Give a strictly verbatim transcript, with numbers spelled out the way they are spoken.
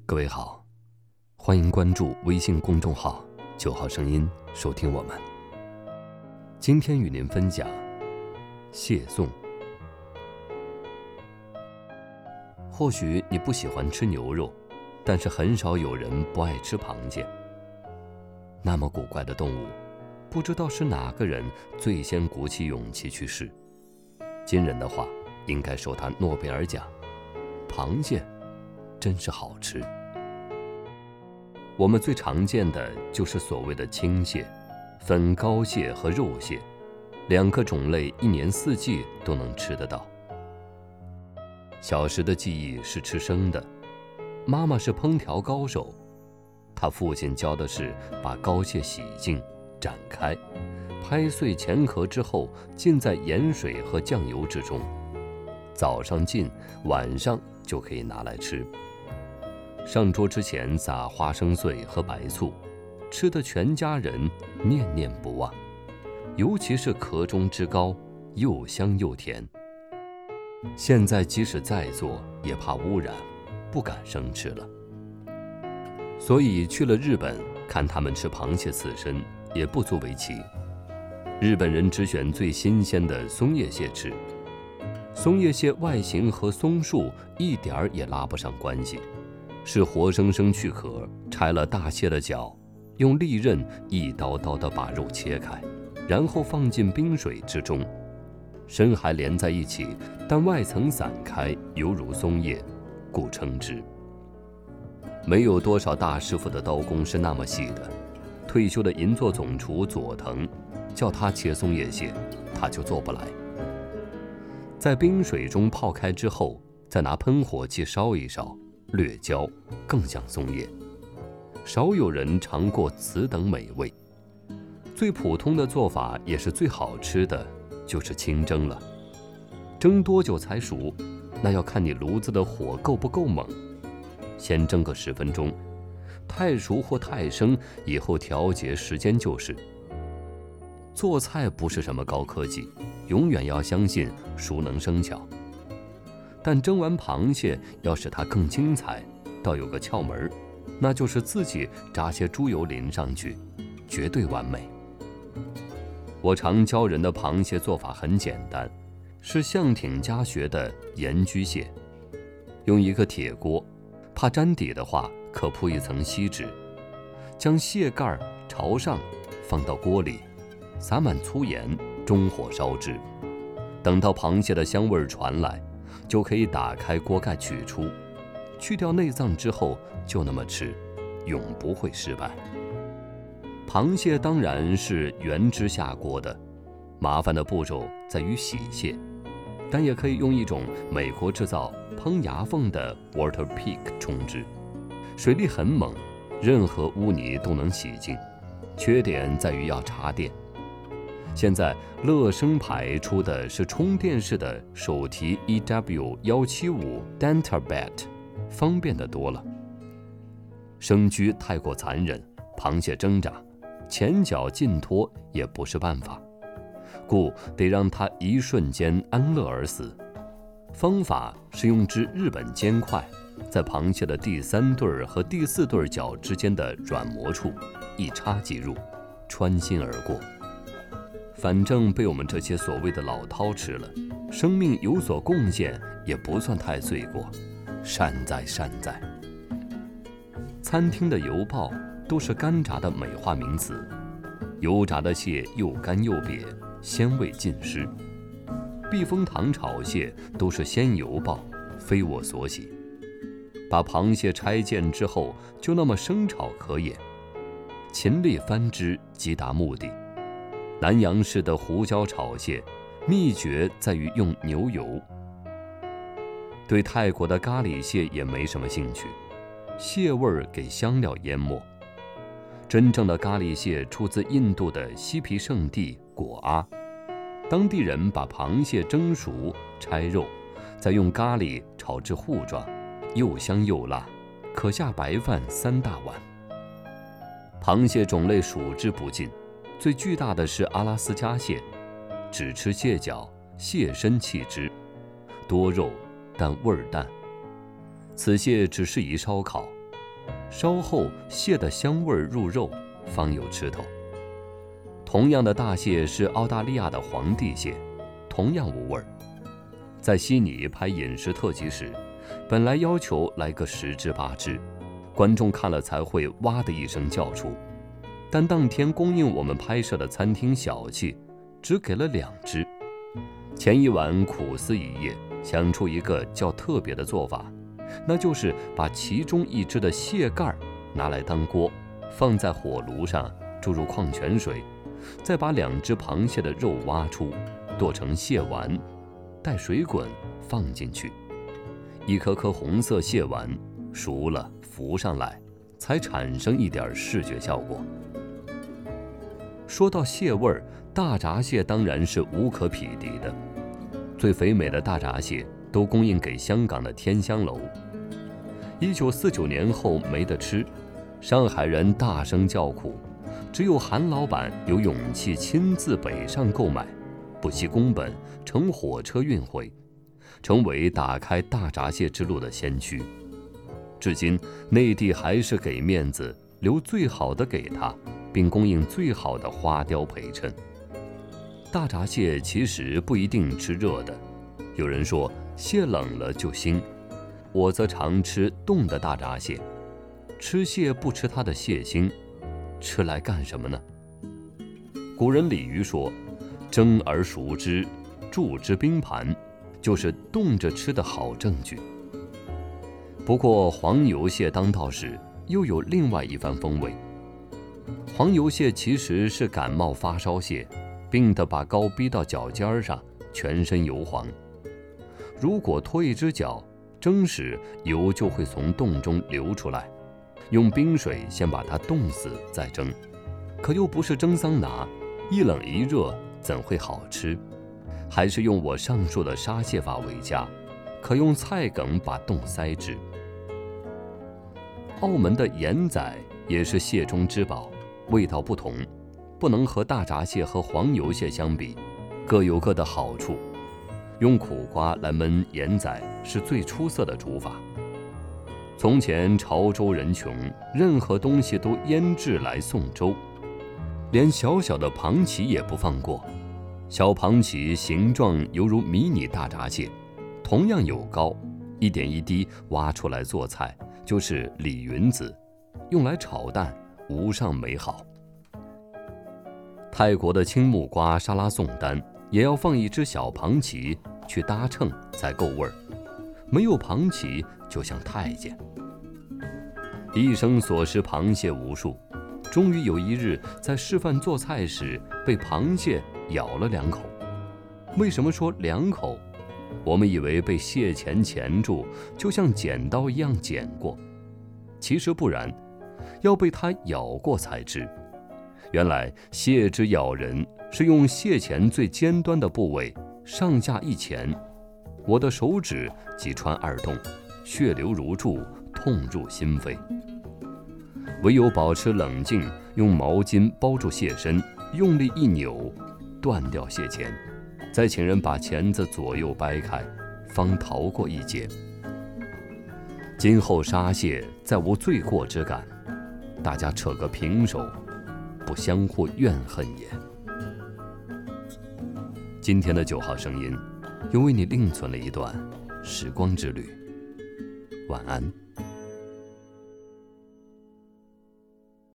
各位好，欢迎关注微信公众号九号声音，收听我们。今天与您分享谢颂。或许你不喜欢吃牛肉，但是很少有人不爱吃螃蟹。那么古怪的动物，不知道是哪个人最先鼓起勇气去试。今人的话，应该受他诺贝尔奖。螃蟹真是好吃。我们最常见的就是所谓的青蟹，分膏蟹和肉蟹，两个种类一年四季都能吃得到。小时的记忆是吃生的，妈妈是烹调高手，她父亲教的是把膏蟹洗净、展开，拍碎前壳之后浸在盐水和酱油之中，早上浸，晚上就可以拿来吃。上桌之前撒花生碎和白醋，吃的全家人念念不忘。尤其是壳中之膏，又香又甜。现在即使再做，也怕污染，不敢生吃了。所以去了日本，看他们吃螃蟹刺身，也不足为奇。日本人只选最新鲜的松叶蟹吃，松叶蟹外形和松树一点儿也拉不上关系。是活生生去壳，拆了大蟹的脚，用利刃一刀刀地把肉切开，然后放进冰水之中，身还连在一起，但外层散开，犹如松叶，故称之。没有多少大师傅的刀工是那么细的。退休的银座总厨佐藤叫他切松叶蟹，他就做不来。在冰水中泡开之后，再拿喷火器烧一烧，略焦，更像松叶。少有人尝过此等美味。最普通的做法也是最好吃的，就是清蒸了。蒸多久才熟，那要看你炉子的火够不够猛。先蒸个十分钟，太熟或太生，以后调节时间就是。做菜不是什么高科技，永远要相信熟能生巧。但蒸完螃蟹要使它更精彩，倒有个窍门，那就是自己炸些猪油淋上去，绝对完美。我常教人的螃蟹做法很简单，是向挺家学的盐焗蟹。用一个铁锅，怕粘底的话，可铺一层锡纸，将蟹盖朝上放到锅里，撒满粗盐，中火烧制。等到螃蟹的香味传来，就可以打开锅盖取出，去掉内脏之后就那么吃，永不会失败。螃蟹当然是原汁下锅的，麻烦的步骤在于洗蟹，但也可以用一种美国制造烹牙缝的 Water Pick 冲汁，水力很猛，任何污泥都能洗净，缺点在于要插电。现在乐生牌出的是充电式的手提 E W 一七五 Dentalbat， 方便得多了。生焗太过残忍，螃蟹挣扎，前脚尽脱也不是办法，故得让它一瞬间安乐而死。方法是用只日本煎块，在螃蟹的第三对和第四对脚之间的软膜处一插即入，穿心而过。反正被我们这些所谓的老饕吃了，生命有所贡献也不算太罪过，善哉善哉。餐厅的油爆都是干炸的美化名词，油炸的蟹又干又瘪，鲜味尽失。避风塘炒蟹都是先油爆，非我所喜。把螃蟹拆件之后，就那么生炒可也，勤力翻汁即达目的。南洋式的胡椒炒蟹，秘诀在于用牛油。对泰国的咖喱蟹也没什么兴趣，蟹味儿给香料淹没。真正的咖喱蟹出自印度的西皮圣地果阿，当地人把螃蟹蒸熟拆肉，再用咖喱炒至糊状，又香又辣，可下白饭三大碗。螃蟹种类数之不尽，最巨大的是阿拉斯加蟹，只吃蟹脚，蟹身弃之，多肉但味儿淡。此蟹只适宜烧烤， 稍后蟹的香味入肉，方有吃头。同样的大蟹是澳大利亚的皇帝蟹，同样无味。在悉尼拍饮食特辑时，本来要求来个十只八只，观众看了才会哇的一声叫出，但当天供应我们拍摄的餐厅小气，只给了两只。前一晚苦思一夜，想出一个较特别的做法，那就是把其中一只的蟹盖拿来当锅，放在火炉上，注入矿泉水，再把两只螃蟹的肉挖出，剁成蟹丸，带水滚放进去，一颗颗红色蟹丸熟了浮上来，才产生一点视觉效果。说到蟹味儿，大闸蟹当然是无可匹敌的。最肥美的大闸蟹都供应给香港的天香楼。一九四九年后没得吃，上海人大声叫苦，只有韩老板有勇气亲自北上购买，不惜工本乘火车运回，成为打开大闸蟹之路的先驱。至今内地还是给面子，留最好的给他，并供应最好的花雕陪衬。大闸蟹其实不一定吃热的，有人说蟹冷了就腥，我则常吃冻的大闸蟹。吃蟹不吃它的蟹心，吃来干什么呢？古人鲤鱼说，蒸而熟之，注之冰盘，就是冻着吃的好证据。不过黄油蟹当道时又有另外一番风味。黄油蟹其实是感冒发烧蟹，病得把膏逼到脚尖上，全身油黄。如果脱一只脚，蒸时油就会从洞中流出来，用冰水先把它冻死再蒸，可又不是蒸桑拿，一冷一热怎会好吃？还是用我上述的杀蟹法为佳，可用菜梗把洞塞之。澳门的盐仔也是蟹中之宝，味道不同，不能和大闸蟹和黄油蟹相比，各有各的好处。用苦瓜来焖盐仔是最出色的煮法。从前潮州人穷，任何东西都腌制来送粥，连小小的螃蜍也不放过。小螃蜍形状犹如迷你大闸蟹，同样有膏，一点一滴挖出来做菜，就是李云子，用来炒蛋，无上美好。泰国的青木瓜沙拉宋丹也要放一只小螃蜍去搭秤才够味儿，没有螃蜍就像太监。一生所食螃蟹无数，终于有一日在示范做菜时被螃蟹咬了两口。为什么说两口？我们以为被蟹钳钳住，就像剪刀一样剪过，其实不然，要被它咬过才知。原来蟹之咬人是用蟹钳最尖端的部位上下一钳，我的手指即穿二洞，血流如注，痛入心扉。唯有保持冷静，用毛巾包住蟹身，用力一扭，断掉蟹钳，再请人把钳子左右掰开，方逃过一劫。今后杀蟹再无罪过之感，大家扯个平手，不相互怨恨也。今天的九号声音又为你另存了一段时光之旅，晚安。